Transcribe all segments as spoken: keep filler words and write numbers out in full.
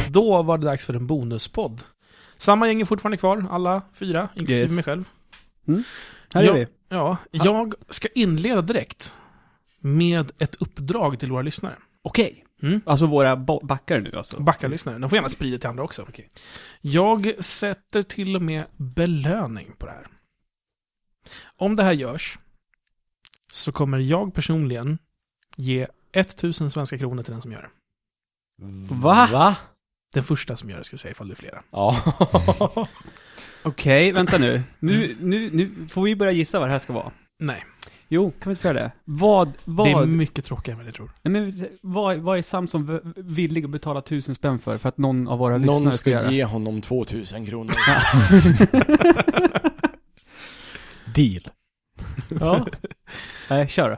Då var det dags för en bonuspodd. Samma gäng är fortfarande kvar, alla fyra, inklusive yes. mig själv. Mm. Här är jag, vi. Ja, jag ska inleda direkt med ett uppdrag till våra lyssnare. Okej. Mm. Alltså våra ba- backar nu alltså. Backarlyssnare. De får gärna sprida till andra också. Okay. Jag sätter till och med belöning på det här. Om det här görs så kommer jag personligen ge tusen svenska kronor till den som gör det. Va? Va? Den första som gör det, ska jag säga, ifall det är flera. Ja. Okej, okay, vänta nu. Nu, nu. Nu får vi börja gissa vad det här ska vara. Nej. Jo, kan vi inte göra det? Vad, vad... Det är mycket tråkigare än vad jag tror. Nej, men vad, vad är Samson villig att betala tusen spänn för? För att någon av våra någon lyssnare ska, ska göra? ge honom tvåtusen kronor. Deal. Ja. Nej, kör då.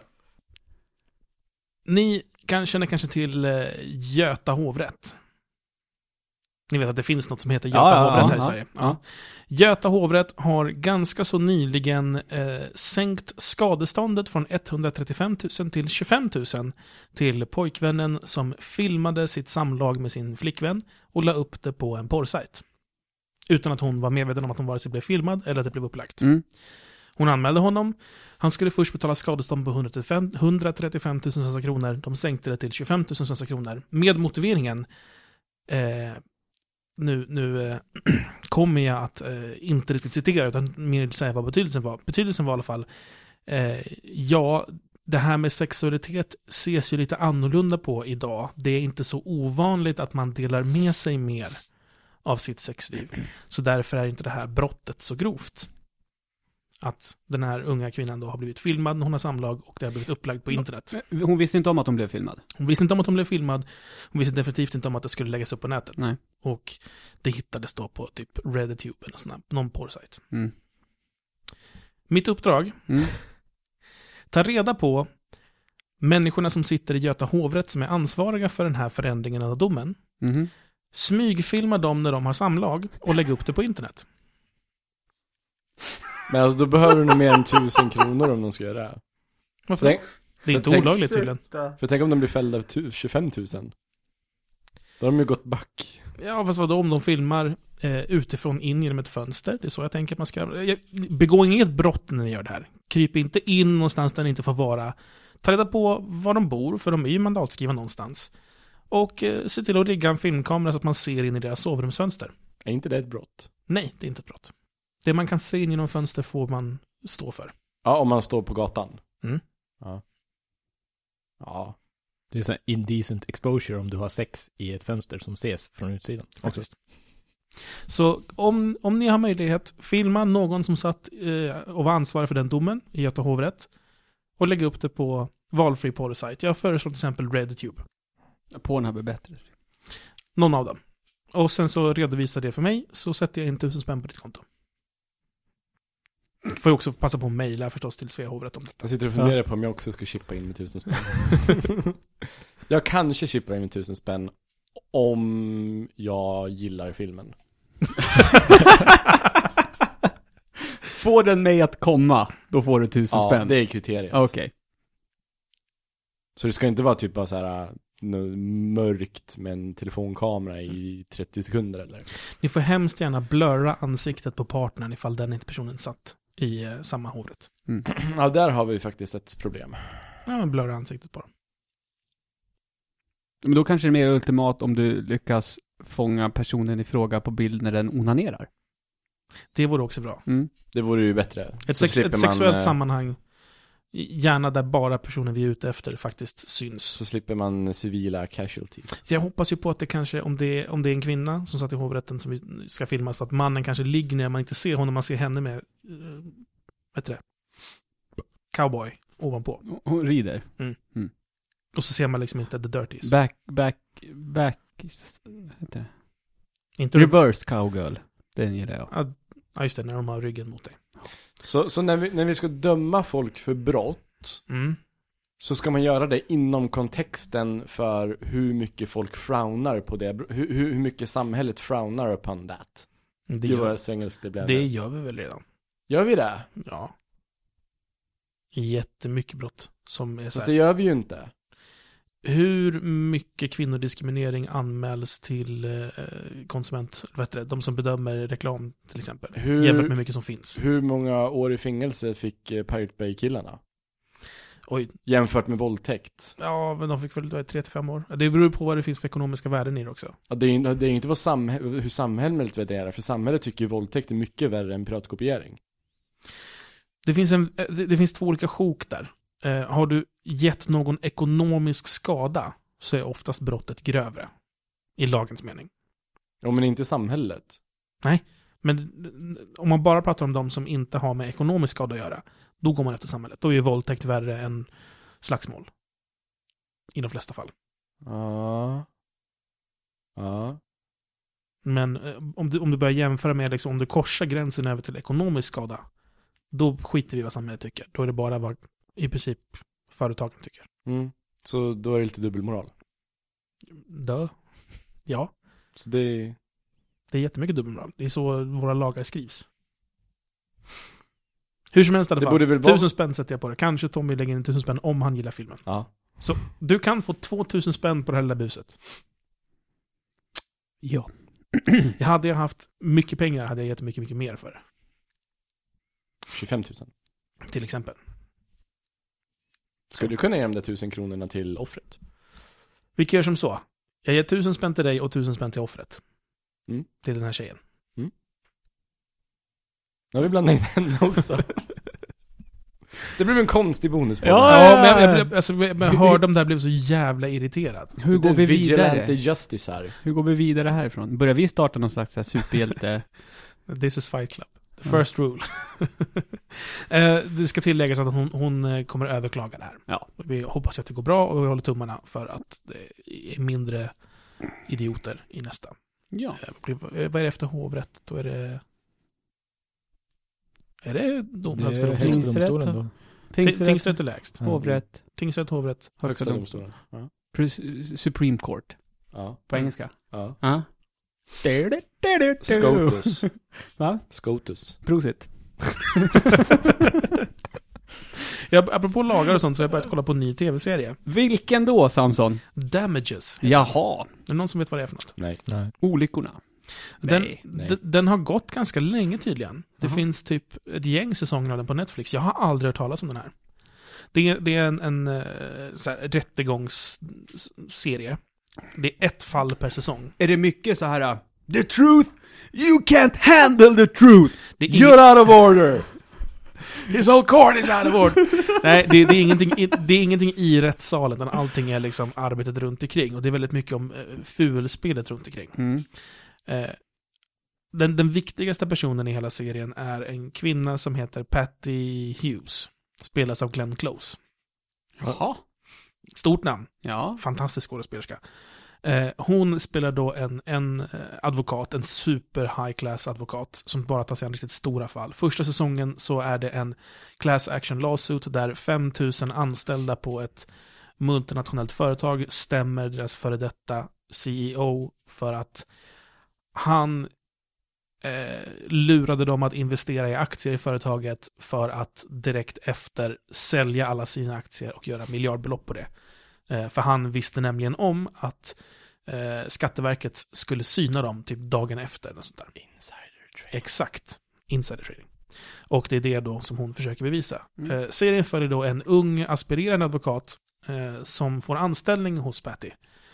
Ni kan, känner kanske till eh, Göta hovrätt. Ni vet att det finns något som heter Göta ja, hovrätt ja, här i ja, Sverige. Ja. Ja. Göta hovrätt har ganska så nyligen eh, sänkt skadeståndet från etthundratrettiofem tusen till tjugofem tusen till pojkvännen som filmade sitt samlag med sin flickvän och la upp det på en porrsajt. Utan att hon var medveten om att hon vare sig blev filmad eller att det blev upplagt. Mm. Hon anmälde honom. Han skulle först betala skadestånd på etthundratrettiofem tusen svenska kronor. De sänkte det till tjugofem tusen svenska kronor. Med motiveringen eh, nu, nu eh, kommer jag att eh, inte riktigt citera utan mer säga vad betydelsen var. Betydelsen var i alla fall eh, ja, det här med sexualitet ses ju lite annorlunda på idag. Det är inte så ovanligt att man delar med sig mer av sitt sexliv. Så därför är inte det här brottet så grovt. Att den här unga kvinnan då har blivit filmad när hon har samlag och det har blivit upplagt på internet. Hon visste inte om att hon blev filmad. Hon visste inte om att hon blev filmad. Hon visste definitivt inte om att det skulle läggas upp på nätet. Nej. Och det hittades då på typ RedditTube eller sån här, någon porrsajt. Mm. Mitt uppdrag, Mm. ta reda på människorna som sitter i Göta hovrätt som är ansvariga för den här förändringen av domen. Mm. Smygfilma dem när de har samlag och lägga upp det på internet. Men alltså då behöver du nog mer än tusen kronor om de ska göra det. Varför? Tänk, Det är inte tänk- olagligt tydligen. för tänk om de blir fällda av tu- tjugofem tusen. Då har de ju gått back. Ja, fast vadå om de filmar eh, utifrån in genom ett fönster? Det är så jag tänker att man ska... Jag, begå inget brott när ni gör det här. Kryp inte in någonstans där ni inte får vara. Ta reda på var de bor, för de är ju mandatskrivna någonstans. Och eh, se till att rigga en filmkamera så att man ser in i deras sovrumsfönster. Är inte det ett brott? Nej, det är inte ett brott. Det man kan se in genom fönster får man stå för. Ja, om man står på gatan. Mm. Ja. Ja. Det är så här indecent exposure om du har sex i ett fönster som ses från utsidan. Faktiskt. Så om, om ni har möjlighet, filma någon som satt eh, och var ansvarig för den domen i Göta hovrätt och lägga upp det på valfri porrsajt. Jag föreslår till exempel RedditTube. Pornhub är bättre. Någon av dem. Och sen så redovisa det för mig, så sätter jag in tusen spänn på ditt konto. Får jag också passa på att mejla förstås till Svea hovrätt om det. Jag sitter och funderar ja. på om jag också ska chippa in med tusen spänn. Jag kanske chippar in med tusen spänn om jag gillar filmen. Får den mig att komma, då får du tusen ja, spänn. det är kriteriet. Okej. Okay. Så det ska inte vara typ bara så här mörkt med en telefonkamera i trettio sekunder eller? Ni får hemskt gärna blurra ansiktet på partnern ifall den inte personen satt i eh, samma hovrätt. Mm. Ja, där har vi faktiskt ett problem. Ja, men blurra ansiktet på dem. Men då kanske det är mer ultimat om du lyckas fånga personen i fråga på bild när den onanerar. Det vore också bra. Mm. Det vore ju bättre. Ett, sex, ett man, sexuellt eh, sammanhang, gärna där bara personen vi är ute efter faktiskt syns. Så slipper man civila casualties. Så jag hoppas ju på att det kanske, om det, om det är en kvinna som satt i hovrätten som vi ska filma, så att mannen kanske ligger ner, man inte ser honom, man ser henne med, uh, vet du det, cowboy ovanpå. Hon rider. Mm. Mm. Och så ser man liksom inte the dirties. Back, back, back, inte. Inte reversed cowgirl. Den gillar jag. Ja, just det, när de har ryggen mot dig. Så, så när, vi, när vi ska döma folk för brott mm. så ska man göra det inom kontexten för hur mycket folk frownar på det. Hur, hur mycket samhället frownar upon that. Det, det, gör, var engelsk, det, blev det gör vi väl redan. Gör vi det? Ja. Jättemycket brott som är så Fast här. det gör vi ju inte. hur mycket kvinnodiskriminering anmäls till eh, konsument, vet du, de som bedömer reklam till exempel, Hur- jämfört med mycket som finns. Hur många år i fängelse fick eh, Pirate Bay-killarna? Oj, Jämfört med våldtäkt. ja, men de fick väl tre till fem år. Det beror på vad det finns för ekonomiska värden i det också. Ja, det är ju det är ju inte vad samhä- hur samhället värderar, för samhället tycker ju våldtäkt är mycket värre än piratkopiering. Det finns, en, det, det finns två olika sjok där. Eh, har du gett någon ekonomisk skada så är oftast brottet grövre. I lagens mening. Ja, men inte samhället. Men om man bara pratar om de som inte har med ekonomisk skada att göra, då går man efter samhället. Då är ju våldtäkt värre än slagsmål. I de flesta fall. Ja. Ja. Men eh, om, du, om du börjar jämföra med, liksom, om du korsar gränsen över till ekonomisk skada, då skiter vi vad samhället tycker. Då är det bara vad i princip företagen tycker. Mm. Så då är det lite dubbelmoral. Dö. Ja, Så det det är jättemycket dubbelmoral. Det är så våra lagar skrivs. Hur som helst i alla Det fall. borde väl vara- Tusen spänn sätter jag på det. Kanske Tommy lägger in tusen spänn om han gillar filmen. Ja. Så du kan få tvåtusen spänn på det här lilla buset. Ja. Jag hade jag haft mycket pengar hade jag gett mycket, mycket mer för det. tjugofem tusen. Till exempel. Skulle du kunna ge de där tusen kronorna till offret? Vi kan göra som så. Jag ger tusen spänn till dig och tusen spänn till offret. Mm. Till den här tjejen. Ja, vi blandar in henne också. Det blev en konstig bonus på Ja, det. Ja, men jag, jag, alltså, jag, jag hörde om det här blev så jävla irriterad. Hur går vi Vigilante vidare? justice här. Hur går vi vidare härifrån? Börjar vi starta någon slags så här superhjälte? This is Fight Club. The Mm. first rule. eh, det ska tilläggas att hon, hon eh, kommer överklaga det här. Ja. Vi hoppas att det går bra och vi håller tummarna för att det är mindre idioter i nästa. Ja. Eh, vad är det efter hovrätt? Då är det... Är det dom, Det är högsta högsta domstolen? Tingsrätt, domstolen då. Tingsrätt, tingsrätt är lägst. Hovrätt, Tingsrätt, hovrätt. Högsta dom- domstolen. Ja. Pres- Supreme Court. Ja. På engelska. Ja. Ja. Scotus. Va? Scotus. Prosit. Jag, apropå lagar och sånt så har jag börjat kolla på en ny tv-serie. Vilken då, Samson? Damages. Jaha. Är det någon som vet vad det är för något? Nej. Nej. Olyckorna. Den, Nej, nej. d- den har gått ganska länge tydligen. Det Jaha. finns typ ett gäng säsonger av den på Netflix. Jag har aldrig hört talas om den här. Det är, det är en, en eh, så här, rättegångsserie. Det är ett fall per säsong. Är det mycket så här? The truth! You can't handle the truth! Det är You're out of order! His whole court is out of order. Nej, det, det, är ingenting, i- det är ingenting i rättssalen, utan allting är liksom arbetet runt omkring. Och det är väldigt mycket om eh, fulspelet runt omkring. Mm. Eh, den, den viktigaste personen i hela serien är en kvinna som heter Patty Hughes. Spelas av Glenn Close. Jaha. Stort namn. Ja. Fantastisk skådespelerska. Eh, hon spelar då en, en eh, advokat, en super high class advokat som bara tar sig an riktigt stora fall. Första säsongen så är det en class action lawsuit där fem tusen anställda på ett multinationellt företag stämmer deras före detta C E O för att han eh, lurade dem att investera i aktier i företaget för att direkt efter sälja alla sina aktier och göra miljardbelopp på det. Eh, för han visste nämligen om att eh, Skatteverket skulle syna dem typ dagen efter. Och sånt där. Insider trade. Exakt. Insider trading. Och det är det då som hon försöker bevisa. Mm. Eh, serien följer då en ung aspirerande advokat eh, som får anställning hos Patty.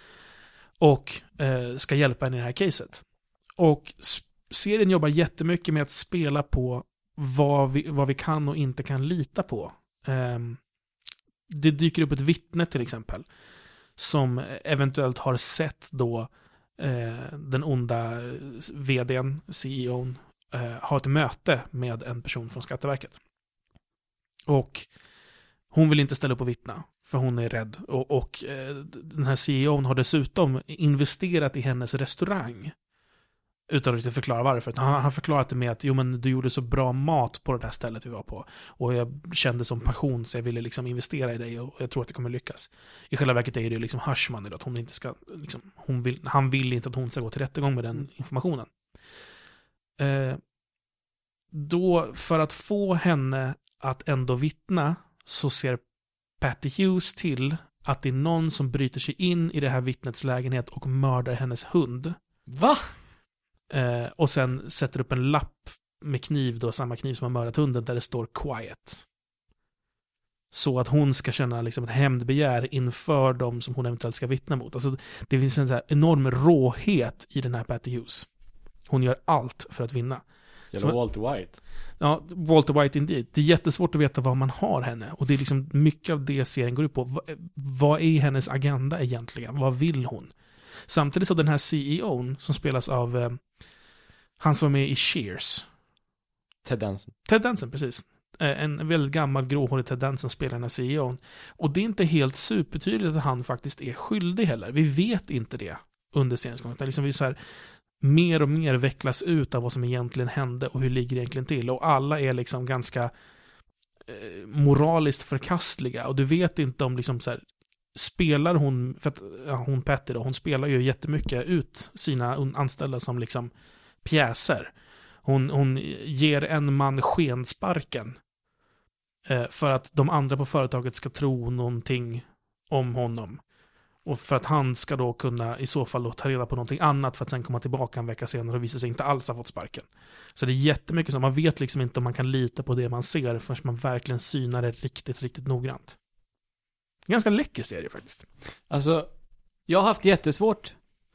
Och eh, ska hjälpa henne i det här caset. Och s- serien jobbar jättemycket med att spela på vad vi, vad vi kan och inte kan lita på. Ehm, det dyker upp ett vittne till exempel som eventuellt har sett då eh, den onda vdn, C E O:n, eh, ha ett möte med en person från Skatteverket. Och hon vill inte ställa upp och vittna för hon är rädd. Och, och eh, den här C E O:n har dessutom investerat i hennes restaurang utan att riktigt förklara varför. Han har förklarat det med att jo, men du gjorde så bra mat på det här stället vi var på. Och jag kände som passion så jag ville liksom investera i dig och jag tror att det kommer lyckas. I själva verket är det liksom hush money då, att hon inte ska, liksom, hon vill, han vill inte att hon ska gå till rättegång med den informationen. Eh, då, för att få henne att ändå vittna så ser Patty Hughes till att det är någon som bryter sig in i det här vittnets lägenhet och mördar hennes hund. Va? Eh, och sen sätter upp en lapp med kniv då, samma kniv som har mördat hunden, där det står quiet. Så att hon ska känna liksom ett hämndbegär inför dem som hon eventuellt ska vittna mot. Alltså, det finns en så här enorm råhet i den här Patty Hughes. Hon gör allt för att vinna. Jävla Walter White. Ja, Walter White indeed. Det är jättesvårt att veta vad man har henne. Och det är liksom mycket av det serien går ut på. Va, vad är hennes agenda egentligen? Vad vill hon? Samtidigt så den här C E O:n som spelas av eh, han som var med i Cheers. Ted Danson. Ted Danson, precis. Eh, en väldigt gammal gråhårig Ted Danson spelar den här C E O:n. Och det är inte helt supertydligt att han faktiskt är skyldig heller. Vi vet inte det under seriens gång. Liksom vi så här mer och mer vecklas ut av vad som egentligen hände och hur ligger det egentligen till. Och alla är liksom ganska eh, moraliskt förkastliga. Och du vet inte om liksom så här, spelar hon, för att ja, hon Patty då, hon spelar ju jättemycket ut sina anställda som liksom pjäser. Hon, hon ger en man skensparken eh, för att de andra på företaget ska tro någonting om honom. Och för att han ska då kunna i så fall då ta reda på någonting annat för att sen komma tillbaka en vecka senare och visa sig inte alls ha fått sparken. Så det är jättemycket som man vet liksom inte om man kan lita på det man ser förrän man verkligen synar det riktigt, riktigt noggrant. Ganska läcker serie faktiskt. Alltså, Jag har haft jättesvårt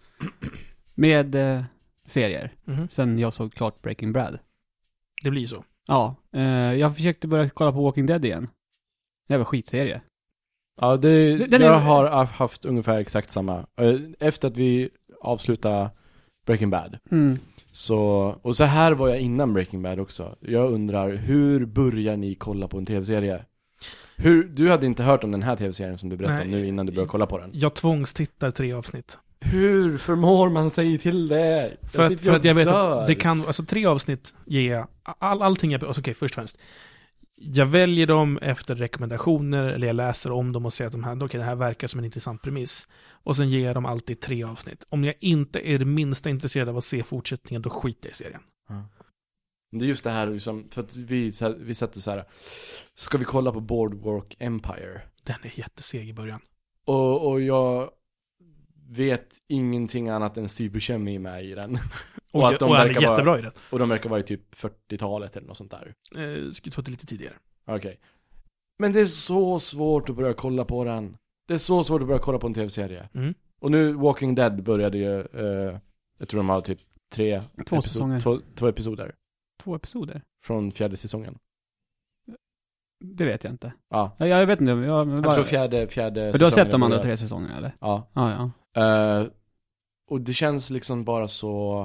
med eh, serier Mhm. sen jag såg klart Breaking Bad. Det blir så. Ja, eh, jag försökte börja kolla på Walking Dead igen. Det var skitserie. ja, det, Den jag är- har haft ungefär exakt samma. Eh, Efter att vi avslutade Breaking Bad. Mm. Så, och så här var jag innan Breaking Bad också. Jag undrar, hur börjar ni kolla på en tv-serie? Hur, du hade inte hört om den här tv-serien som du berättade om Nej. nu innan du började kolla på den. Jag tvångstittar tre avsnitt. Hur förmår man sig till det? För att, sitter för att jag vet dör. att det kan, alltså tre avsnitt ger all, allting jag, alltså okej, först och främst. Jag väljer dem efter rekommendationer, eller jag läser om dem och ser att de här, okej, det här verkar som en intressant premiss. Och sen ger jag dem alltid tre avsnitt. Om jag inte är det minsta intresserad av att se fortsättningen, då skiter jag i serien. Ja. Men det är just det här liksom, för att vi, så här, vi satt så här, ska vi kolla på Boardwalk Empire? Den är jätteseg i början. Och, och jag vet ingenting annat än Steve Buscemi är med i den. Och, Och att de och han är verkar vara- jättebra i den. Och de verkar vara i typ fyrtiotalet eller något sånt där. Eh, skulle ta det lite tidigare. Okej. Men det är så svårt att börja kolla på den. Det är så svårt att börja kolla på en tv-serie. Mm. Och nu Walking Dead började ju, eh, jag tror de har typ tre Två episod- säsonger. Två, två episoder Två episoder? från fjärde säsongen. Det vet jag inte. Ja, Ja, jag vet inte. Jag, jag, jag tror fjärde, fjärde Men du har sett de säsongen andra började. tre säsongerna, eller? Ja. Ja, ja. Eh, och det känns liksom bara så...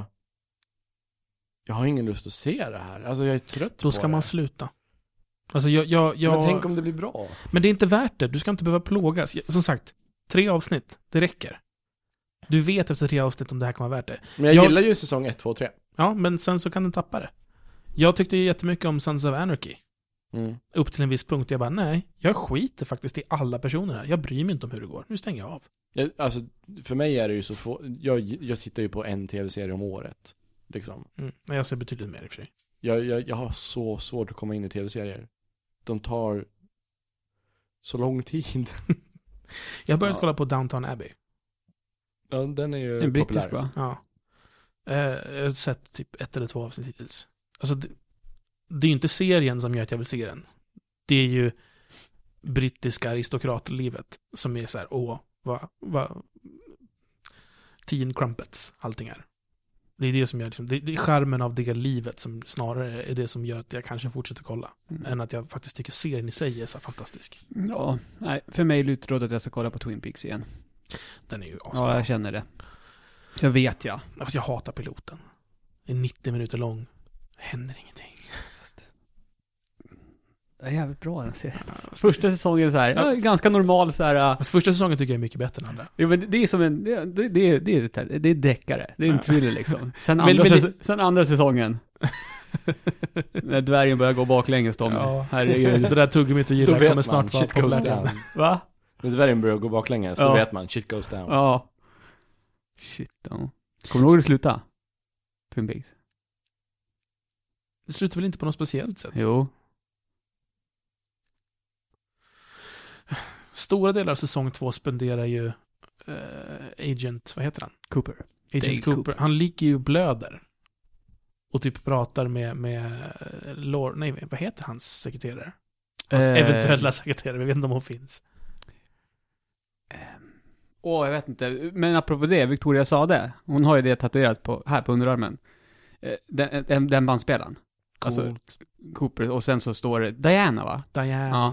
Jag har ingen lust att se det här. Alltså jag är trött Då på ska det. man sluta. Alltså jag, jag, jag... Men tänk om det blir bra. Men det är inte värt det. Du ska inte behöva plågas. Som sagt, tre avsnitt, det räcker. Du vet efter tre avsnitt om det här kan vara värt det. Men jag, Jag- gillar ju säsong ett, två, tre. Ja, men sen så kan den tappa det. Jag tyckte ju jättemycket om Sons of Anarchy. Mm. Upp till en viss punkt. Jag bara, nej, jag skiter faktiskt i alla personer här. Jag bryr mig inte om hur det går. Nu stänger jag av. Jag, alltså, för mig är det ju så få... Jag, jag sitter ju på en tv-serie om året. Liksom. Mm. Men jag ser betydligt mer i och för sig. Jag, jag, jag har så svårt att komma in i tv-serier. De tar så lång tid. Jag har börjat Ja. kolla på Downton Abbey. Ja, den är ju En brittisk, populär. va? Ja. Eh, jag har sett typ ett eller två avsnitt hittills. Alltså, det, det är ju inte serien som gör att jag vill se den. Det är ju brittiska aristokratlivet som är så här, åh, vad, vad, teen crumpets, allting är. Det är det som gör, liksom, det, det är skärmen av det livet som snarare är det som gör att jag kanske fortsätter kolla. Mm. Än att jag faktiskt tycker serien i sig är så här fantastisk. Ja, nej, för mig lutar det åt att jag ska kolla på Twin Peaks igen. Den är ju Ja, asbra. jag känner det. Jag vet, ja. Fast jag hatar piloten. Den är nittio minuter lång. Händer ingenting. Det är jävligt bra den serien. Fast- Första säsongen så här, Ja. ja, ganska normal så här. äh, Fast första säsongen tycker jag är mycket bättre än andra. Ja, men det är som en, det, det, det, är- det, är, det är deckare. Det är en Ja. thriller liksom. Sen Men- andra, men det- säs- sen andra säsongen. När dvärgen börjar gå baklänges då med. Ja. Herregud. Det där tuggummit du Då gillar vet kommer man, snart vara shit goes populärt. down. Va? När dvärgen börjar gå baklänges, Ja. då vet man, shit goes down. Ja. Shit, ja. Kommer du ihåg hur det slutade? Twin Peaks? Det slutar väl inte på något speciellt sätt? Jo. Stora delar av säsong två spenderar ju eh, Agent, vad heter han? Cooper. Agent Dale Cooper. Cooper. Han ligger ju och blöder. Och typ pratar med, med Lord, nej, vad heter hans sekreterare? Hans Eh, eventuella sekreterare, vi vet inte om hon finns. Åh, jag vet inte. Men apropå det, Victoria sa det. Hon har ju det tatuerat på, här på underarmen. Eh, Den, den, den bandspelaren. Alltså, Coolt. Cooper. Och sen så står det Diana, va? Diane. Ja.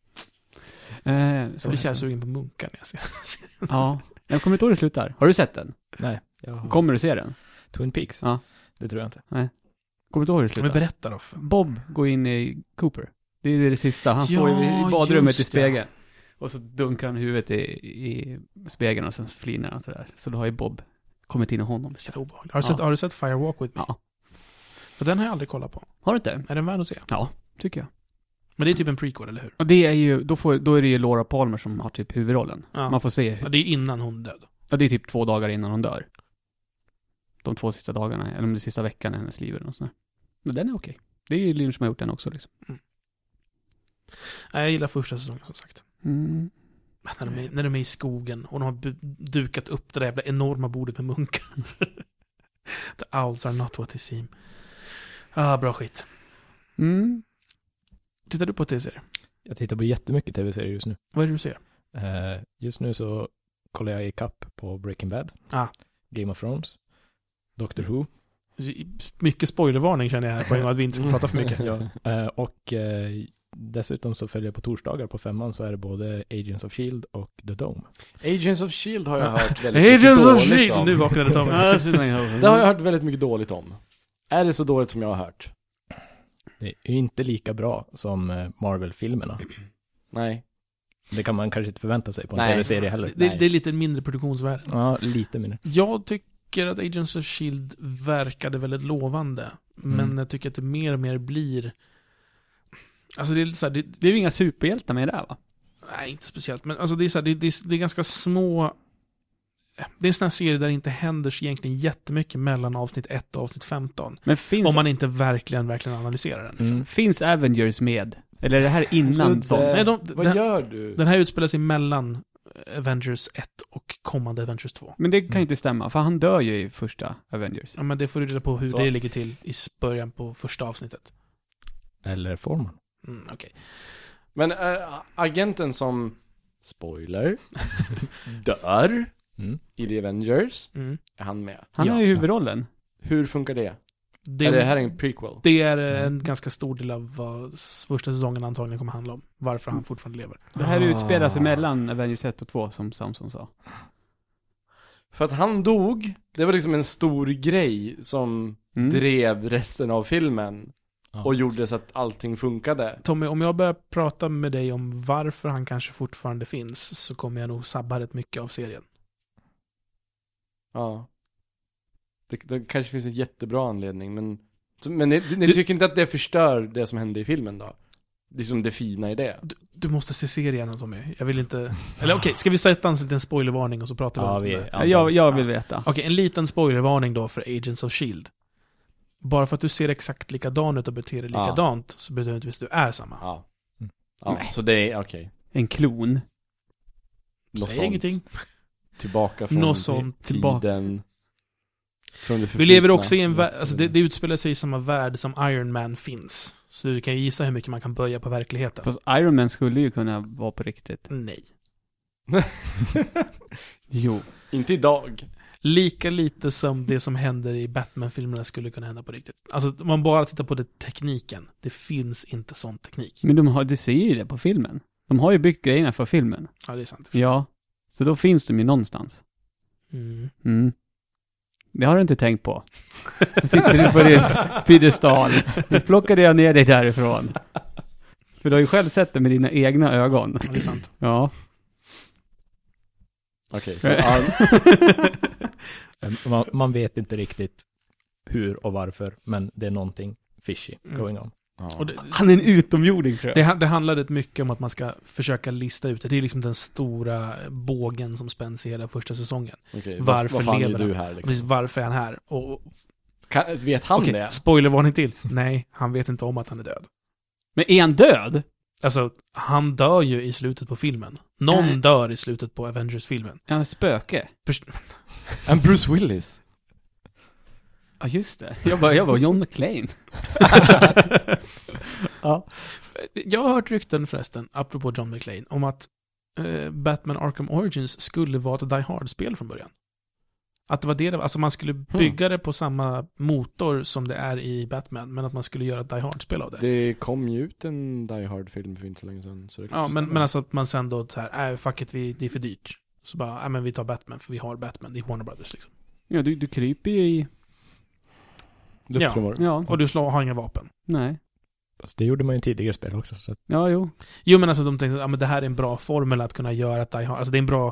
Eh, Jag så blir så här heter sugen på munkar när jag ser den. Ja. Jag kommer inte ihåg hur det slutar. Har du sett den? Nej. Jag har... Kommer du se den? Twin Peaks? Ja. Det tror jag inte. Kommer du inte ihåg hur det Men slutar? berätta då. Bob går in i Cooper. Det är det sista. Han står Ja, i badrummet i just spegeln. det. Och så dunkar han huvudet i, i spegeln och sen flinar han sådär. Så då har ju Bob kommit in i honom. Så jävla obehagligt. Har du, Ja. sett, har du sett Fire Walk With Me? Ja. För den har jag aldrig kollat på. Har du inte? Är den värd att se? Ja, tycker jag. Men det är typ en prequel, eller hur? Och det är ju, då, får, då är det ju Laura Palmer som har typ huvudrollen. Ja. Man får se, Ja, hur, det är innan hon död. ja, det är typ två dagar innan hon dör. De två sista dagarna, eller om det är sista veckan i hennes liv eller något sånt där. Men den är okej. Det är ju Lynch som har gjort den också liksom. Nej, jag gillar första säsongen som sagt. Mm. När de, är, när de är i skogen och de har bu- dukat upp det där jävla enorma bordet med munkar. The owls are not what they seem. Ah, bra skit. Mm. Tittar du på tv-serier? Jag tittar på jättemycket tv-serier just nu. Vad är det du ser? Eh, just nu så kollar jag i kapp på Breaking Bad. Ah. Game of Thrones. Doctor Who. Mycket spoilervarning känner jag här på en gång att vi inte ska prata för mycket. Ja. Eh, och eh, dessutom så följer jag på torsdagar på femman så är det både Agents of Shield och The Dome. Agents of Shield har jag hört väldigt mycket Agents of dåligt Shield! om. Nu vaknade Tommy. Det har jag hört väldigt mycket dåligt om. Är det så dåligt som jag har hört? Det är ju inte lika bra som eh, Marvel-filmerna. Nej. Det kan man kanske inte förvänta sig på en Nej. tv-serie heller. Det, Nej. det är lite mindre produktionsvärde. Ja, lite mindre. Jag tycker att Agents of Shield verkade väldigt lovande. Men Mm. jag tycker att det mer och mer blir... Alltså det är lite så här, det, Det är ju inga superhjältar med det där, va? nej, inte speciellt. Men alltså det är så här, det, det, det är ganska små... Det är en sån här serie där det inte händer så egentligen jättemycket mellan avsnitt ett och avsnitt femton. Men finns, Om man inte verkligen, verkligen analyserar den. Liksom. Mm. finns Avengers med? Eller är det här innan Ludde, sånt? Nej, de- vad den- gör du? Den här utspelar sig mellan Avengers ett och kommande Avengers två. Men det kan ju inte stämma, för han dör ju i första Avengers. Ja, men det får du reda på hur Så. det ligger till i början på första avsnittet. Eller får man? Mm, okej. Men äh, agenten som, spoiler, dör Mm. i The Avengers, Mm. är han med? Han Ja. har ju huvudrollen. Hur funkar det? Det, är det här en prequel? det är en ganska stor del av vad s- första säsongen antagligen kommer handla om. Varför han fortfarande lever. Det här Ah. utspelar sig mellan Avengers ett och två, som Samson sa. För att han dog, det var liksom en stor grej som Mm. drev resten av filmen Ja. och gjorde så att allting funkade. Tommy, om jag börjar prata med dig om varför han kanske fortfarande finns så kommer jag nog sabba rätt mycket av serien. Ja. Det, det kanske finns en jättebra anledning, men så, men ni, ni Du- tycker inte att det förstör det som hände i filmen då? Det är som det fina i det. Du, du måste se serien, Tommy. Jag vill inte... Eller okej, ska vi sätta en liten spoilervarning och så pratar vi Ja, om vi, det? Ja, jag, jag vill veta. Okej, en liten spoilervarning då för Agents of Shield. Bara för att du ser exakt likadan ut och beter dig Ja. likadant så betyder det inte att du är samma. Ja. Mm. Ja, Nej. så det är okej. En klon. Något Säg sånt. ingenting. Tillbaka från Något ti- sånt. tiden. Från det Vi lever också i en förflutna. värld, alltså det, det utspelar sig i samma värld som Iron Man finns. Så du kan ju gissa hur mycket man kan böja på verkligheten. Fast Iron Man skulle ju kunna vara på riktigt. Nej. Jo. Inte idag. Lika lite som det som händer i Batman-filmerna skulle kunna hända på riktigt. Alltså om man bara tittar på det tekniken. Det finns inte sån teknik. Men de har, det ser ju det på filmen. De har ju byggt grejerna för filmen. Ja, det är sant. Ja. Så då finns de ju någonstans. Mm. Mm. Det har du inte tänkt på. Sitter du på din piedestal. Nu plockade jag ner dig därifrån. För du har ju själv sett det med dina egna ögon. Ja, det är sant. Ja. Okej, så ja, Eh, Man, man vet inte riktigt hur och varför, men det är någonting fishy Mm. going on. ja. Och det, Han är en utomjording, tror det, jag. ha- det handlar rätt mycket om att man ska försöka lista ut det. Det är liksom den stora bågen som spänns i hela första säsongen. Okej, Varför vad, vad fan lever är du han? här liksom? Precis, varför är han här? Och, Kan, vet han okej, det? spoilervarning till. Nej, han vet inte om att han är död. Men är han död? Alltså, han dör ju i slutet på filmen. Någon Nej. dör i slutet på Avengers-filmen. Ja, en spöke. En Bruce Willis. Ja, just det. Jag var, jag var John McClane. Ja. Jag har hört rykten förresten, apropå John McClane, om att eh, Batman Arkham Origins skulle vara ett Die Hard-spel från början. Att det var det, alltså man skulle bygga hmm. det på samma motor som det är i Batman, men att man skulle göra ett Die Hard-spel av det. Det kom ju ut en Die Hard-film för inte så länge sedan. Så det ja, men, men alltså att man sen då så här, äh, fuck it, vi, det är för dyrt. Så bara, äh, men vi tar Batman, för vi har Batman, det är Warner Brothers liksom. Ja, du, du kryper ju i... Lufttrummor. Ja. ja. Och du slår, har inga vapen. Nej. Fast det gjorde man ju tidigare spel också. Så att... Ja, jo. Jo, men alltså de tänkte att ja, men det här är en bra formel att kunna göra ett Die Hard. Alltså det är en bra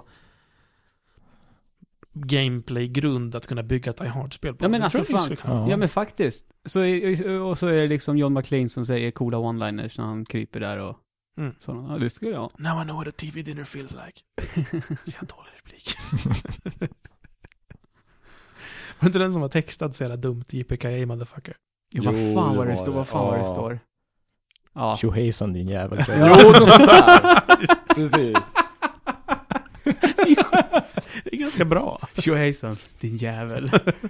gameplay-grund att kunna bygga ett Die Hard-spel på. Ja, men det alltså fan. Ja. ja, men faktiskt. Så är, och så är det liksom John McClane som säger coola one-liners när han kryper där och mm. sådana. Ja, det skulle jag ha. Now I know what a T V dinner feels like. Så jag dålig replik. Var inte den som var textad så jävla dumt? J P K A motherfucker. Jo, vad fan var det står? Vad fan var det står? Ja. Tjohejsan din jävel. Jo, något sånt där. Precis. Det är ganska bra. Tjohejsan din jävel.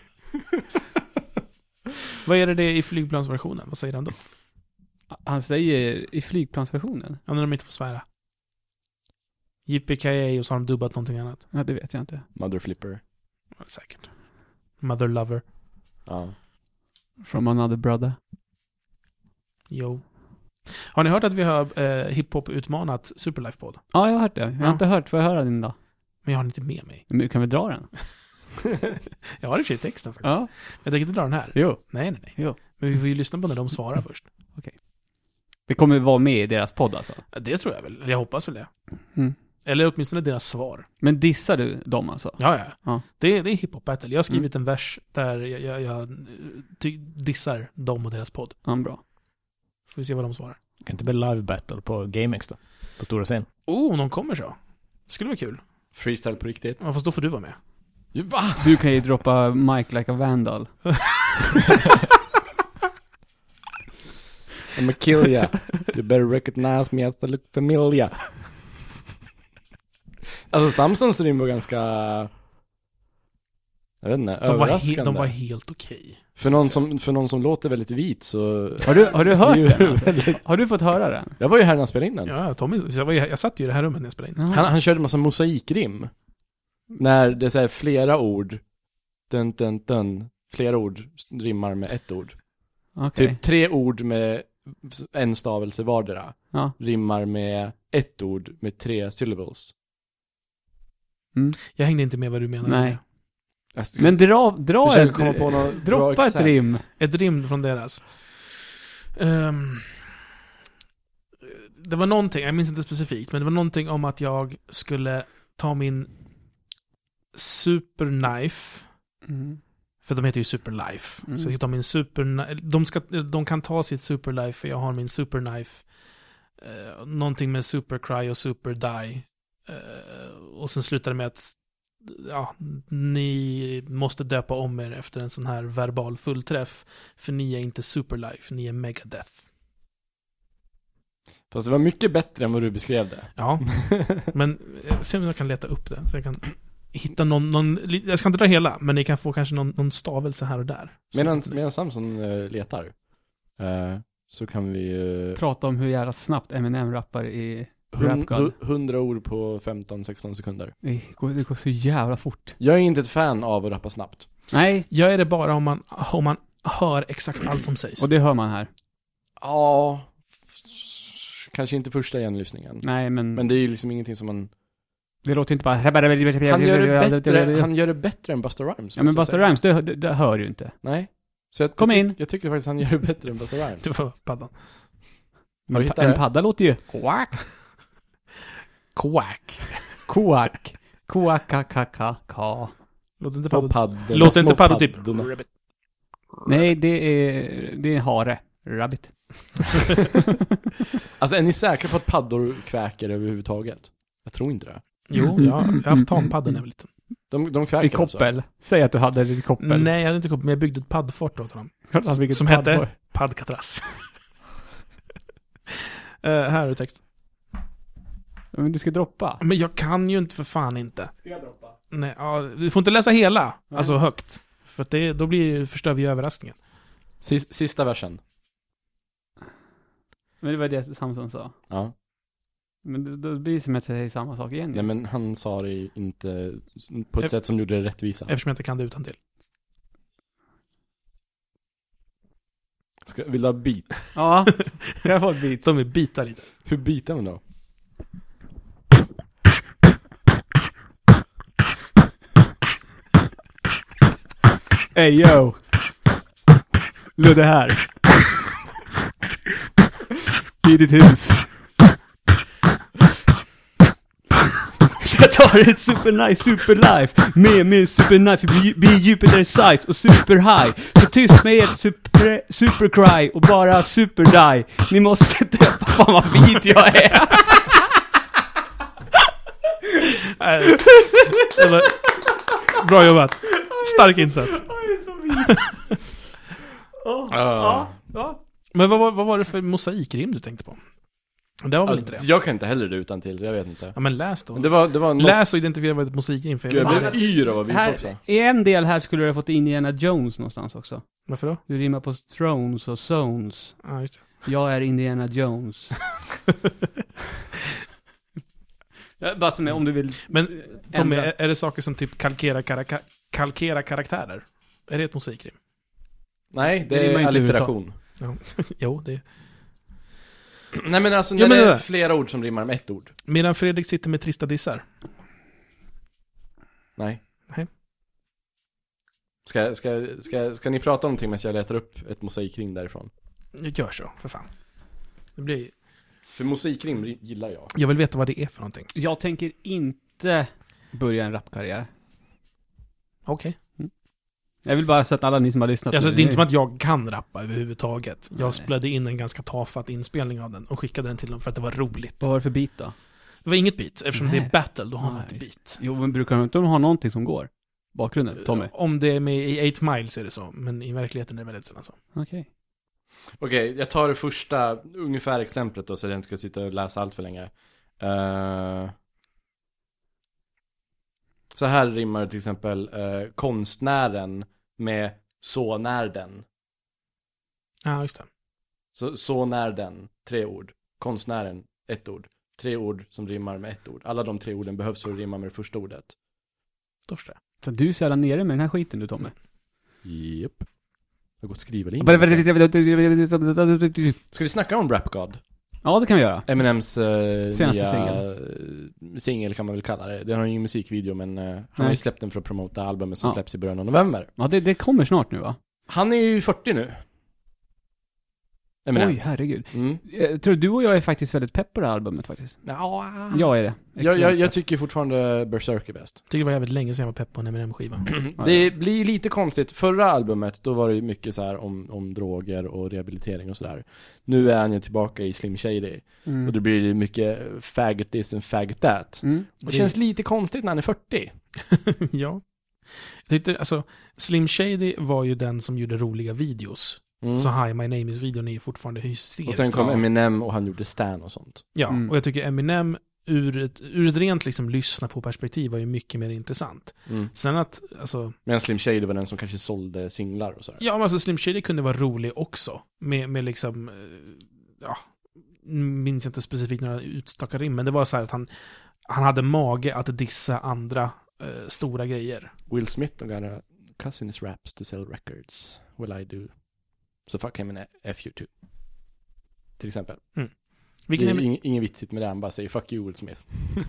Vad är det, det i flygplansversionen? Vad säger han då? Han säger i flygplansversionen? Ja, när de inte får svära. J P K A och så har de dubbat någonting annat. Ja, det vet jag inte. Mother Flipper. Ja, säkert. Mother Lover. Ja. From another brother. Jo. Har ni hört att vi har eh, hiphop utmanat Superlife-podd? Ja, jag har hört det. Jag har ja. inte hört. Får jag höra din då? Men jag har den inte med mig. Men kan vi dra den? Jag har i och för sig texten faktiskt. Ja. Jag tänker inte dra den här. Jo. Nej, nej, nej. Jo. Men vi får ju lyssna på när de svarar först. Okej. Okay. Det kommer vara med i deras podd alltså? Det tror jag väl. Jag hoppas väl det. Mm. Eller åtminstone deras svar. Men dissar du dem alltså? Ja, ja. ja. Det, det är hiphop battle. Jag har skrivit mm. en vers där jag, jag, jag ty, dissar dem och deras podd. Ja, bra. Får vi se vad de svarar. Kan inte bli live battle på GameX då? På stora scen. Oh, om de kommer så. Det skulle vara kul. Freestyle på riktigt. Ja, fast då får du vara med. Va? Du kan ju droppa Mike like a vandal. I'm a kill ya. You better recognize me as I look familiar. Alltså Samsons rim var ganska, jag vet inte, de var, överraskande. he- de var helt okej. Okay, för, någon som, för någon som låter väldigt vit så... Har du, har du hört den? Väldigt... Har du fått höra den? Jag var ju här när han spelade in den. Ja, Tommy, jag, var ju, jag satt ju i det här rummet när jag spelade in. Han, han körde en massa mosaikrim. När det är flera ord, dun, dun, dun, flera ord rimmar med ett ord. Okay. Typ tre ord med en stavelse vardera. Ja. Rimmar med ett ord med tre syllables. Mm. Jag hängde inte med vad du menar. Nej. Men dra, dra ett, komma på något droppa ett rim. Ett rim från deras. Um, det var någonting, jag minns inte specifikt, men det var någonting om att jag skulle ta min superknife. Mm. För de heter ju Superlife. Mm. Så jag ska ta min super de, ska, de kan ta sitt Superlife för jag har min superknife. Uh, någonting med supercry och superdie. Uh, och sen slutar det med att ja, ni måste döpa om er efter en sån här verbal fullträff. För ni är inte Superlife, ni är Megadeth. Fast det var mycket bättre än vad du beskrev det. Ja, men se om jag kan leta upp det. Så jag kan hitta någon, någon, jag ska inte dra hela, men ni kan få kanske någon, någon stavelse här och där. Medan, medan Samson uh, letar uh, så kan vi uh, prata om hur jävla snabbt Eminem rappar i hund, hundra ord på femton sexton sekunder. Det går, det går så jävla fort. Jag är inte ett fan av att rappa snabbt. Nej. Jag är det bara om man, om man hör exakt allt som sägs. Och det hör man här. Ja, kanske inte första genlyssningen. Nej, men... Men det är ju liksom ingenting som man... Det låter inte bara... Han gör det bättre, han gör det bättre än Busta Rhymes. Ja, men Busta Rhymes, det, det, det hör ju inte. Nej. Så jag, Kom jag, in. Jag tycker faktiskt han gör det bättre än Busta Rhymes. Det var paddan. Har du hittat en det? padda låter ju... Quack. Quack. Quack. Quack-ka-ka-ka. Låter inte padda. padda. Låter inte padda typ... Nej, det är... Det är hare. Rabbit. Alltså, är ni säkra på att paddor kväker överhuvudtaget? Jag tror inte det. Jo, jag, jag har haft tampadden när jag var liten. De, de kväker i koppel. Alltså. Säg att du hade det i koppel. Nej, jag hade inte koppel, men jag byggde ett paddfort åt honom. S- som hette Paddkatras. Uh, här är text. Men du ska droppa. Men jag kan ju inte för fan inte. Ska jag droppa? Nej, ja, du får inte läsa hela. Nej. Alltså högt. För att det, då blir, förstör vi överraskningen. Sis, sista versen. Men det var det Samson sa. Ja. Men då, då blir det som att säga samma sak igen. Nej, men han sa det inte på ett Ef- sätt som gjorde det rättvisa. Eftersom jag inte kan det utan till. Ska, vill du ha beat? Ja, jag har fått bit. De är bitar lite. Hur bitar man då? Hey yo! Ludde här. I ditt hus. Så jag tar ett super nice superlife med min superknife blir bli Jupiter size och super high. Så tyst med ett super, supercry och bara superdie. Ni måste döpa. Fan vad vit jag är. Nej, det var bra jobbat. Stark insats. Oh, ja, ja. Men vad, var- vad var det för mosaikrim du tänkte på? Det var väl inte det? Jag kan inte heller det utan till, så jag vet inte. Ja, men läs då. Men det var, det var något... Läs och identifiera vad ett mosaikrim för. Gud, jag Fan, blev yr av att visa också. Här, i en del här skulle du ha fått Indiana Jones någonstans också. Varför då? Du rimmar på thrones och zones. Ja, just det. Jag är Indiana Jones. Ja, bara som är, om du vill. Men Tommy, ändra. är, är det saker som typ kalkera, karaka, kalkera karaktärer? Är det ett mosaikrim? Nej, det, Det rimmar är inte allitteration. Jo, det är. Nej, men alltså när Ja, men det det är där. flera ord som rimmar med ett ord. Medan Fredrik sitter med trista dissar. Nej. Nej. Ska, ska, ska, ska ni prata om någonting medan jag letar upp ett mosaikring därifrån? Jag gör så, för fan. Det blir... För mosaikring gillar jag. Jag vill veta vad det är för någonting. Jag tänker inte börja en rapkarriär. Okej. Jag vill bara så att alla ni som har lyssnat. Alltså, nu- det är inte som att jag kan rappa överhuvudtaget. Jag Nej. spelade in en ganska tafatt inspelning av den och skickade den till dem för att det var roligt. Vad var det för bit då? Det var inget beat, eftersom Nej. det är battle, då har man Nej. inte beat. Jo, men brukar de inte ha någonting som går? Bakgrunden, Tommy? Om det är med i eight miles är det så, men i verkligheten är det väldigt sällan så. Okej. Okej, jag tar det första ungefär exemplet då, så jag inte ska sitta och läsa allt för länge. Uh, så här rimmar det till exempel uh, konstnären med så när den. Ja, just det. Så, så när den, tre ord. Konstnären, ett ord. Tre ord som rimmar med ett ord. Alla de tre orden behövs för att rimma med det första ordet. Då förstår jag. Så du är så jävla nere med den här skiten du, Tommy? Japp. Jag har gått skriva det in. Ska vi snacka om Rap God? Ja, det kan vi göra. Eminems uh, Senaste nya uh, singel kan man väl kalla det. Den har ju ingen musikvideo, men uh, han har Nej. ju släppt den för att promota albumet som Ja. släpps i början av november. Ja, det, det kommer snart nu, va? Han är ju fyrtio nu. Eminem. Oj, herregud. Mm. Jag tror du och jag är faktiskt väldigt pepp på det här albumet faktiskt. Ja, Jag är det. jag, jag, jag tycker fortfarande Berserk är bäst. Tycker det var jävligt länge sedan jag var pepp på en Eminem-skiva. Det blir lite konstigt. Förra albumet, då var det mycket så här om, om droger och rehabilitering och sådär. Nu är han ju tillbaka i Slim Shady. Mm. Och då blir det mycket faggot this and faggot that. Mm. Det känns lite konstigt när han är fyrtio. Ja. Jag tyckte, alltså, Slim Shady var ju den som gjorde roliga videos. Mm. Så Hi, My Name Is-videon är ju fortfarande hysteriskt. Och sen kom bra. Eminem och han gjorde Stan och sånt. Ja, Mm. och jag tycker Eminem ur ett, ur ett rent liksom lyssna på perspektiv var ju mycket mer intressant. Mm. Sen att, alltså, Men Slim Shady var den som kanske sålde singlar och sådär. ja men alltså Slim Shady kunde vara rolig också. Med, med liksom, eh, ja, minns inte specifikt några utstakade rim, men det var så här att han, han hade mage att dissa andra eh, stora grejer. Will Smith got a cousin is raps to sell records. Will I do? So fuck him and F you too. Till exempel. Vilken det är är, ing, ingen vittigt med det, han bara säger fuck you Will Smith.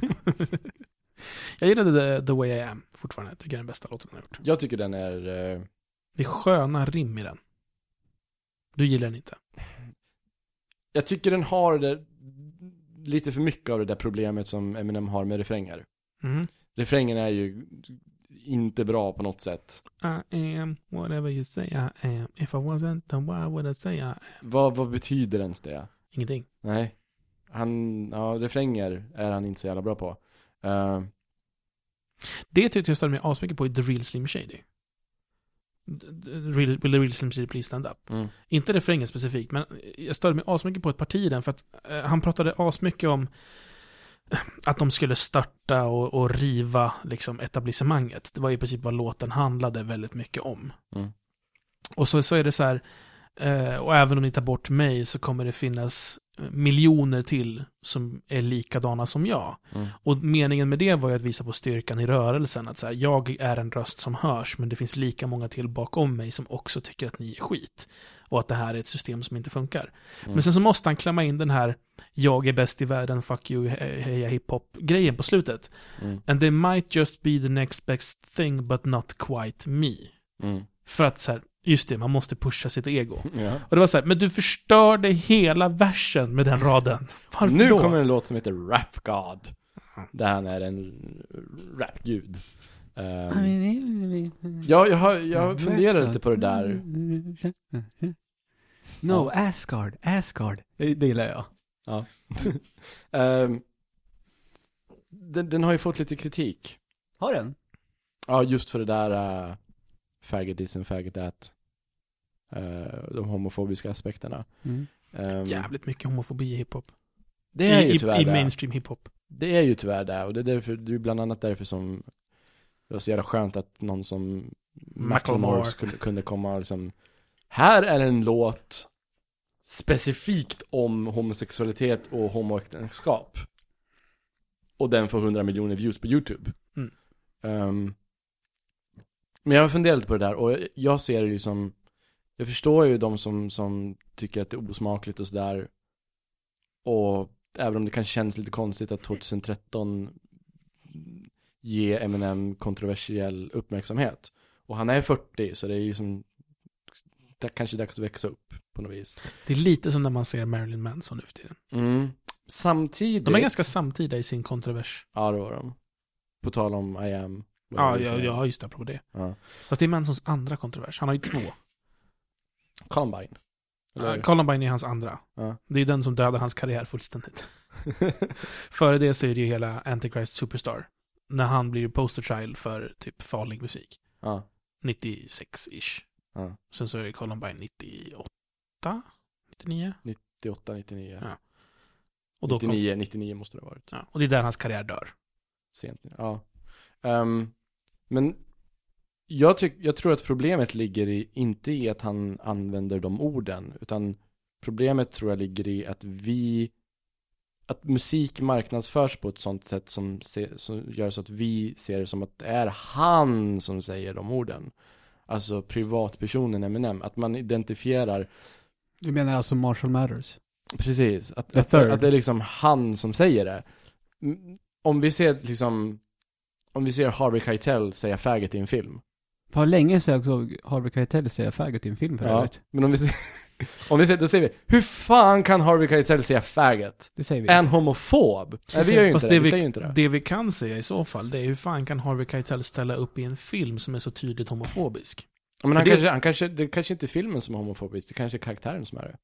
jag gillade the, the Way I Am fortfarande. Jag tycker det är den bästa låten han har gjort. Jag tycker den är... Eh, Det är sköna rim i den. Du gillar den inte? jag tycker den har det, lite för mycket av det där problemet som Eminem har med refränger. Mhm. Refrängen är ju inte bra på något sätt. I am whatever you say I am. If I wasn't, then why would I say I am? Vad, vad betyder ens det? Ingenting. Nej. Han, ja, refränger är han inte så jävla bra på. Uh, Det tyckte jag störde mig asmycket på i The Real Slim Shady. Will the real Slim Shady please stand up? Mm. Inte refrängen specifikt, men jag störde mig asmycket på ett parti i den, för att eh, han pratade asmycket om att de skulle störta och, och riva liksom etablissemanget. Det var i princip vad låten handlade väldigt mycket om. Mm. Och så, så är det så här, eh, och även om ni tar bort mig så kommer det finnas miljoner till som är likadana som jag. Mm. Och meningen med det var ju att visa på styrkan i rörelsen. Att så här, jag är en röst som hörs, men det finns lika många till bakom mig som också tycker att ni är skit. Och att det här är ett system som inte funkar. Mm. Men sen så måste han klämma in den här jag är bäst i världen, fuck you, he- heja hiphop-grejen på slutet. Mm. And they might just be the next best thing but not quite me. Mm. För att så här, just det, man måste pusha sitt ego. Ja. Och det var så här, men du förstörde hela versen med den raden. Varför Nu då? kommer en låt som heter Rap God. Där han är en rapgud. Um, ja, jag har, jag har funderat lite på det där. No, Asgard, Asgard. Det, det gillar jag. Ja. um, den, den har ju fått lite kritik. Har den? Ja, just för det där uh, faggot this and faggot that. Uh, de homofobiska aspekterna. Mm. Um, Jävligt mycket homofobi i hiphop. det är ju I, tyvärr i det. mainstream hiphop. Det är ju tyvärr det. Och det är, därför, det är bland annat därför som det var så jävla skönt att någon som Macklemore skulle, kunde komma och liksom, här är en låt specifikt om homosexualitet och homoäktenskap. Och den får hundra miljoner views på YouTube. Mm. Um, men jag har funderat lite på det där och jag ser det ju som, jag förstår ju de som, som tycker att det är osmakligt och sådär. Och även om det kan kännas lite konstigt att tjugohundratretton ge Eminem kontroversiell uppmärksamhet. Och han är fyrtio, så det är ju som det kanske dags att växa upp på något vis. Det är lite som när man ser Marilyn Manson nu för tiden. Mm. Samtidigt... De är ganska samtida i sin kontrovers. Ja, det var de. På tal om I am. Ja, ja, ja, just det, på det. Ja. Fast det är Mansons andra kontrovers. Han har ju två. Columbine. Uh, Columbine är hans andra. Ja. Det är ju den som dödar hans karriär fullständigt. Före det så är det ju hela Antichrist Superstar. När han blir poster child för typ farlig musik. Ja. nittiosex-ish. Ja. Sen så är Columbine nittioåtta? nittionio? nittioåtta, nittionio. Ja. Och då nittionio, nittionio måste det ha varit. Ja, och det är där hans karriär dör. Sent. Ja. Um, men jag, tyck, jag tror att problemet ligger i, inte i att han använder de orden, utan problemet tror jag ligger i att vi att musik marknadsförs på ett sånt sätt som, se, som gör så att vi ser det som att det är han som säger de orden. Alltså privatpersonen Eminem. Att man identifierar... Du menar alltså Marshall Mathers? Precis. Att, The att, third. att det är liksom han som säger det. Mm, Om vi ser liksom... Om vi ser Harvey Keitel säga faggot i en film. För länge sedan så Harvey Keitel säga faggot i en film för Ja, övrigt. men om vi ser... Om vi ser, då säger vi, hur fan kan Harvey Keitel säga faggot? Det säger vi. En homofob? Nej, vi gör ju Fast inte det, det vi vi, säger ju inte det. det vi kan säga i så fall, det är hur fan kan Harvey Keitel ställa upp i en film som är så tydligt homofobisk? Men han det- kanske, han kanske, det kanske inte är filmen som är homofobisk, det kanske är karaktären som är det.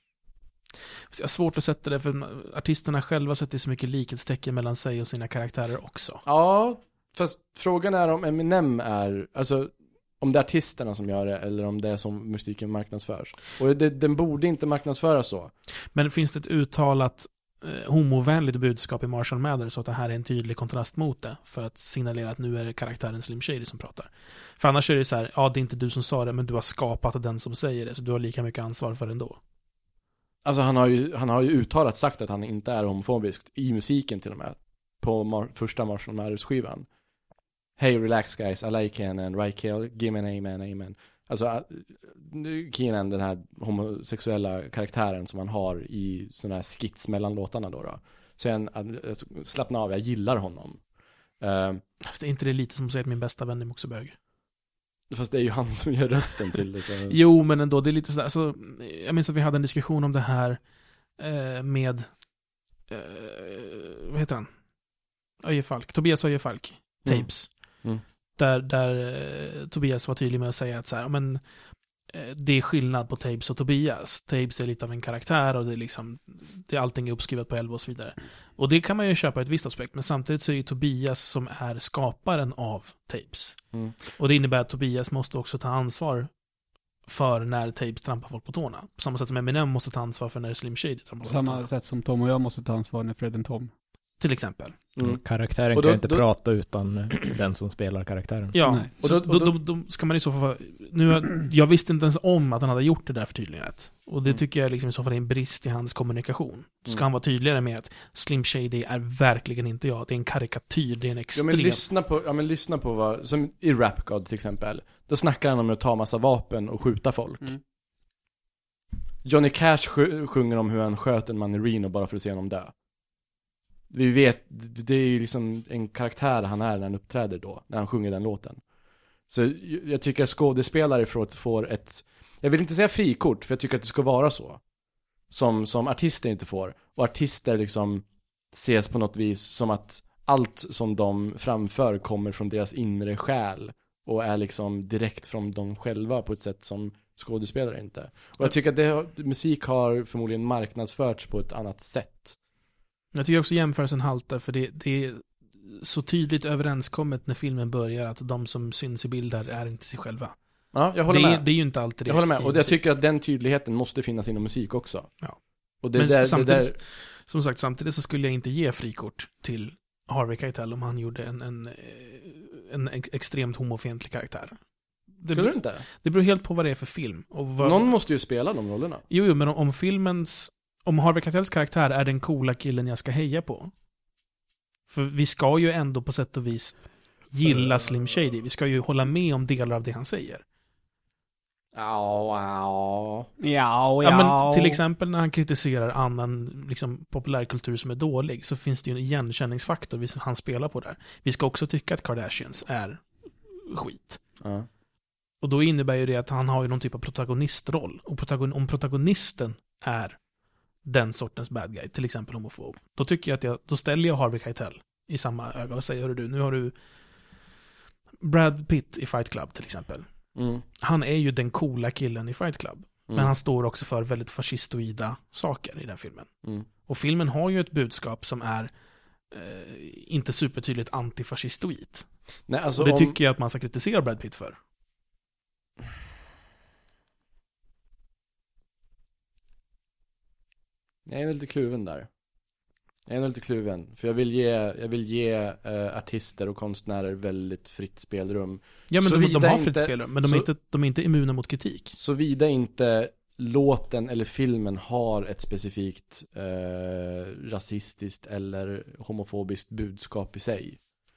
Så jag har svårt att sätta det, för artisterna själva sätter så mycket likhetstecken mellan sig och sina karaktärer också. Ja, fast frågan är om Eminem är, alltså om det är artisterna som gör det eller om det är som musiken marknadsförs. Och det, den borde inte marknadsföras så. Men finns det ett uttalat eh, homovänligt budskap i Marshall Mathers så att det här är en tydlig kontrast mot det, för att signalera att nu är det karaktären Slim Shady som pratar? För annars är det så här, ja det är inte du som sa det, men du har skapat den som säger det, så du har lika mycket ansvar för det ändå. Alltså han har ju, han har ju uttalat sagt att han inte är homofobisk i musiken till och med. På mar- första Marshall Mathers-skivan. Hey, relax guys, I like Kenan, right kill, give me an amen, amen. Alltså, uh, Kenan, den här homosexuella karaktären som han har i sådana här skits mellan låtarna då. då. Sen, uh, slappna av, jag gillar honom. Uh, Fast det är inte det lite som att säga att min bästa vän är också bög? fast det är ju han som gör rösten till det. Så. Jo, men ändå, det är lite sådär, alltså, jag minns att vi hade en diskussion om det här eh, med, eh, vad heter han? Öjefalk, Tobias Öjefalk, Mm. Tapes. Mm. Där, där eh, Tobias var tydlig med att säga att så här, men eh, det är skillnad på Tabes och Tobias. Tabes är lite av en karaktär och det är liksom, det, allting är uppskrivet på elva och så vidare. Och det kan man ju köpa i ett visst aspekt, men samtidigt så är det Tobias som är skaparen av Tabes. Mm. Och det innebär att Tobias måste också ta ansvar för när Tabes trampar folk på tårna. På samma sätt som Eminem måste ta ansvar för när Slim Shady trampar På folk på samma tårna. sätt som Tom och jag måste ta ansvar när Fred and Tom. Till exempel. Mm. Karaktären Och då- kan ju inte då- prata utan eh, den som spelar karaktären. Ja, Nej. och Och då, då- och då, då- då, då ska man i så fall... Nu, jag visste inte ens om att han hade gjort det där förtydligandet. Och det Mm. tycker jag liksom i så fall är en brist i hans kommunikation. Då ska Mm. han vara tydligare med att Slim Shady är verkligen inte jag. Det är en karikatyr, det är en Ja extrem... men lyssna på, ja men lyssna på vad, som i Rap God till exempel. Då snackar han om att ta massa vapen och skjuta folk. Mm. Johnny Cash sj- sjunger om hur han sköt en man i Reno bara för att se honom dö. Vi vet, det är ju liksom en karaktär han är när han uppträder då, när han sjunger den låten. Så jag- jag tycker att skådespelare får, får ett, jag vill inte säga frikort, för jag tycker att det ska vara så. Som, som artister inte får. Och artister liksom ses på något vis som att allt som de framför kommer från deras inre själ och är liksom direkt från dem själva på ett sätt som skådespelare inte. Och jag tycker att det har, musik har förmodligen marknadsförts på ett annat sätt. Jag tycker också jämförelsen haltar, för det, det är så tydligt överenskommet när filmen börjar att de som syns i bilder är inte sig själva. Ja, jag håller Det är, med. det är ju inte alltid det. Jag håller med. i Och jag musik. tycker att den tydligheten måste finnas inom musik också. Ja. Och det Men där, samtidigt, det där, som sagt, samtidigt så skulle jag inte ge frikort till Harvey Keitel om han gjorde en, en, en ex- extremt homofientlig karaktär. Det, skulle beror, du inte? det beror helt på vad det är för film. Och vad, Någon måste ju spela de rollerna. Jo, jo, men om, om filmens... Om Harvey Keitels karaktär är den coola killen jag ska heja på. För vi ska ju ändå på sätt och vis gilla Slim Shady. Vi ska ju hålla med om delar av det han säger. Ja, ja. Ja, Ja, men till exempel när han kritiserar annan liksom, populärkultur som är dålig, så finns det ju en igenkänningsfaktor vi- han spelar på där. Vi ska också tycka att Kardashians är skit. Ja. Och då innebär ju det att han har ju någon typ av protagonistroll. Och protagon- om protagonisten är den sortens bad guy, till exempel homofob, då tycker jag att jag, då ställer jag Harvey Keitel i samma öga och säger, hörru du, nu har du Brad Pitt i Fight Club till exempel. Mm. Han är ju den coola killen i Fight Club. Mm. Men han står också för väldigt fascistoida saker i den filmen. Mm. Och filmen har ju ett budskap som är eh, inte supertydligt antifascistoid. Nej, alltså Och det om... tycker jag att man ska kritisera Brad Pitt för. Jag är lite kluven där. Jag är lite kluven. För jag vill ge, jag vill ge eh, artister och konstnärer väldigt fritt spelrum. Ja, men de, Såvida de har inte- fritt spelrum, men de är, så- inte, de är inte immuna mot kritik. Såvida inte låten eller filmen har ett specifikt eh, rasistiskt eller homofobiskt budskap i sig,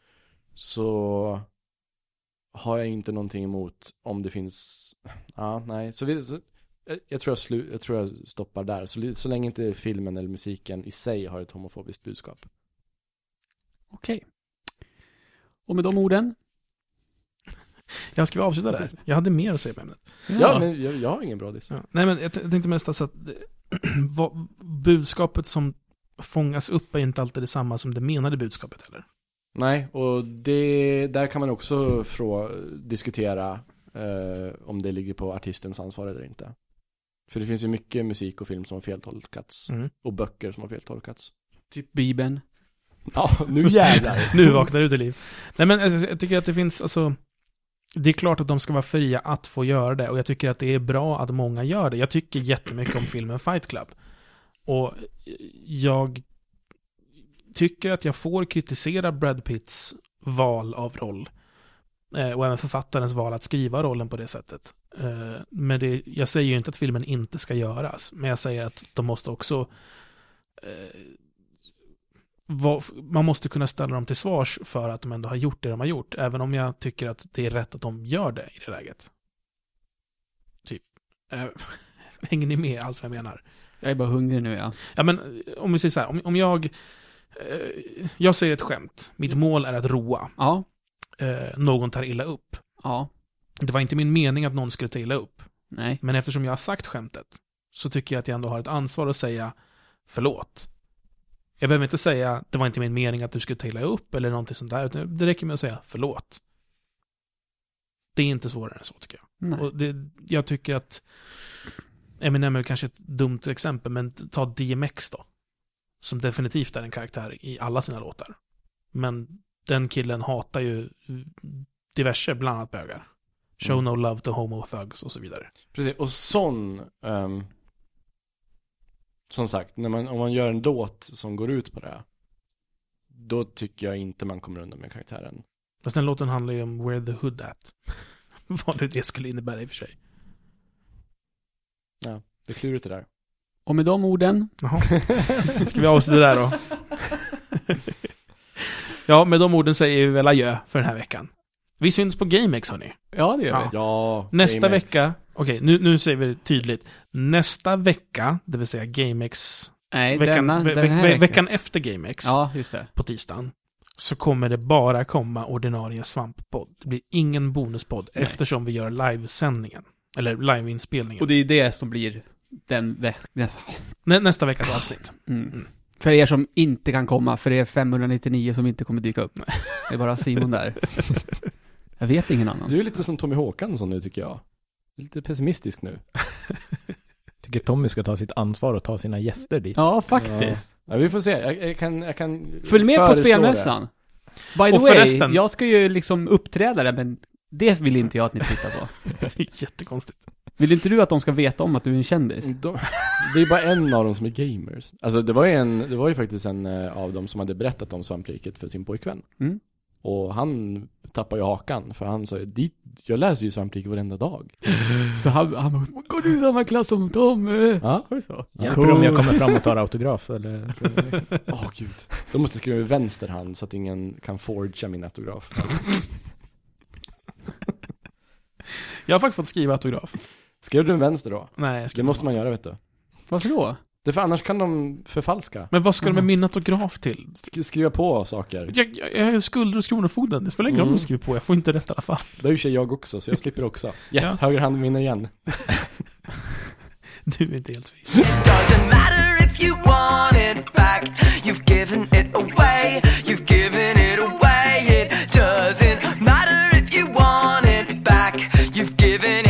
så har jag inte någonting emot om det finns. Ja, nej. Så, vi, så jag, jag, tror jag, slu, jag tror jag stoppar där. Så, li- så länge inte filmen eller musiken i sig har ett homofobiskt budskap. Okej. Och med de orden. Jag ska vi avsluta där. Jag hade mer att säga på ämnet. Ja, men jag, jag har ingen bra diss. Ja. Nej, men jag t- jag tänkte mest alltså att vad, budskapet som fångas upp är inte alltid detsamma som det menade budskapet heller. Nej, och det, där kan man också frå, diskutera eh, om det ligger på artistens ansvar eller inte. För det finns ju mycket musik och film som har feltolkats. Mm. Och böcker som har feltolkats. Typ Bibeln. Ja, nu jävlar. Nu vaknar du till liv. Nej, men alltså, jag tycker att det finns, alltså, det är klart att de ska vara fria att få göra det, och jag tycker att det är bra att många gör det. Jag tycker jättemycket om filmen Fight Club. Och jag tycker att jag får kritisera Brad Pitts val av roll. Eh, och även författarens val att skriva rollen på det sättet. Eh, men det, jag säger ju inte att filmen inte ska göras, men jag säger att de måste också eh, va, man måste kunna ställa dem till svars för att de ändå har gjort det de har gjort, även om jag tycker att det är rätt att de gör det i det läget. Typ. Eh, hänger ni med allt vad jag menar? Jag är bara hungrig nu, ja. Ja, men om vi säger så här, om, om jag eh, jag säger ett skämt. Mitt mål är att roa. Ja. Eh, någon tar illa upp. Ja. Det var inte min mening att någon skulle ta illa upp. Nej. Men eftersom jag har sagt skämtet, så tycker jag att jag ändå har ett ansvar att säga förlåt. Jag behöver inte säga det var inte min mening att du skulle ta illa upp eller någonting sånt där, utan det räcker med att säga förlåt. Det är inte svårare än så, tycker jag. Nej. Och det, jag tycker att Eminem är kanske ett dumt exempel, men ta D M X då. Som definitivt är en karaktär i alla sina låtar. Men den killen hatar ju diverse, bland annat bögar. Show Mm. no love to homo thugs och så vidare. Precis, och sån um, som sagt, när man, om man gör en låt som går ut på det, då tycker jag inte man kommer undan med karaktären. Fast den låten handlar ju om Where the Hood At. Vad det skulle innebära i och för sig. Ja, det är klurigt det där. Och med de orden... Jaha. Ska vi avsluta där då? Ja, med de orden säger vi väl adjö för den här veckan. Vi syns på GameX, hörni. Ja, det gör Ja. vi. Ja, Nästa GameX. vecka, okej, nu, nu säger vi det tydligt. Nästa vecka, det vill säga GameX, Nej, veckan, denna, ve- den här ve- veckan. veckan efter GameX, Ja, just det. på tisdagen, så kommer det bara komma ordinarie svamppodd. Det blir ingen bonuspodd Nej. eftersom vi gör livesändningen. Eller liveinspelningen. Och det är det som blir den veck- nästa. Nä, nästa veckas avsnitt. Mm. Mm. För er som inte kan komma, för det är femhundranittionio som inte kommer dyka upp. Det är bara Simon där. Jag vet ingen annan. Du är lite som Tommy Håkansson nu, tycker jag. Lite pessimistisk nu. Tycker Tommy ska ta sitt ansvar och ta sina gäster dit. Ja, faktiskt. Ja, vi får se. Jag, jag kan, jag kan Följ med på föreslå spelmässan. By the Och way, förresten- jag ska ju liksom uppträda där, men det vill inte jag att ni tittar på. Det är jättekonstigt. Vill inte du att de ska veta om att du är en kändis? det. De, det är bara en av dem som är gamers. Alltså det var ju, en, det var ju faktiskt en eh, av dem som hade berättat om svampriket för sin pojkvän. Mm. Och han tappade ju hakan, för han sa dit, jag läser ju svampriket varenda dag. Så han, han bara, går du i samma klass som dem? Ja. Var det så? Hjälper om jag kommer fram och tar autograf eller? Åh oh, gud. Då måste jag skriva med vänster hand så att ingen kan forgea min autograf. Jag har faktiskt fått skriva autograf. Skrev du med vänster då? Nej, jag Det ska måste man göra, vet du. Varför då? Det för annars kan de förfalska. Men vad ska de med min autograf till? Sk- skriva på saker. Jag, jag, jag har skulder hos Kronofogden. Det spelar ingen roll om Mm. de skriver på. Jag får inte rätt i alla fall. Det är ju jag också, så jag slipper också. Yes, Ja. höger hand vinner igen. Du är inte helt fri. Doesn't matter if you want it back. You've given it away. You've given it away. It doesn't matter if you want it back. You've given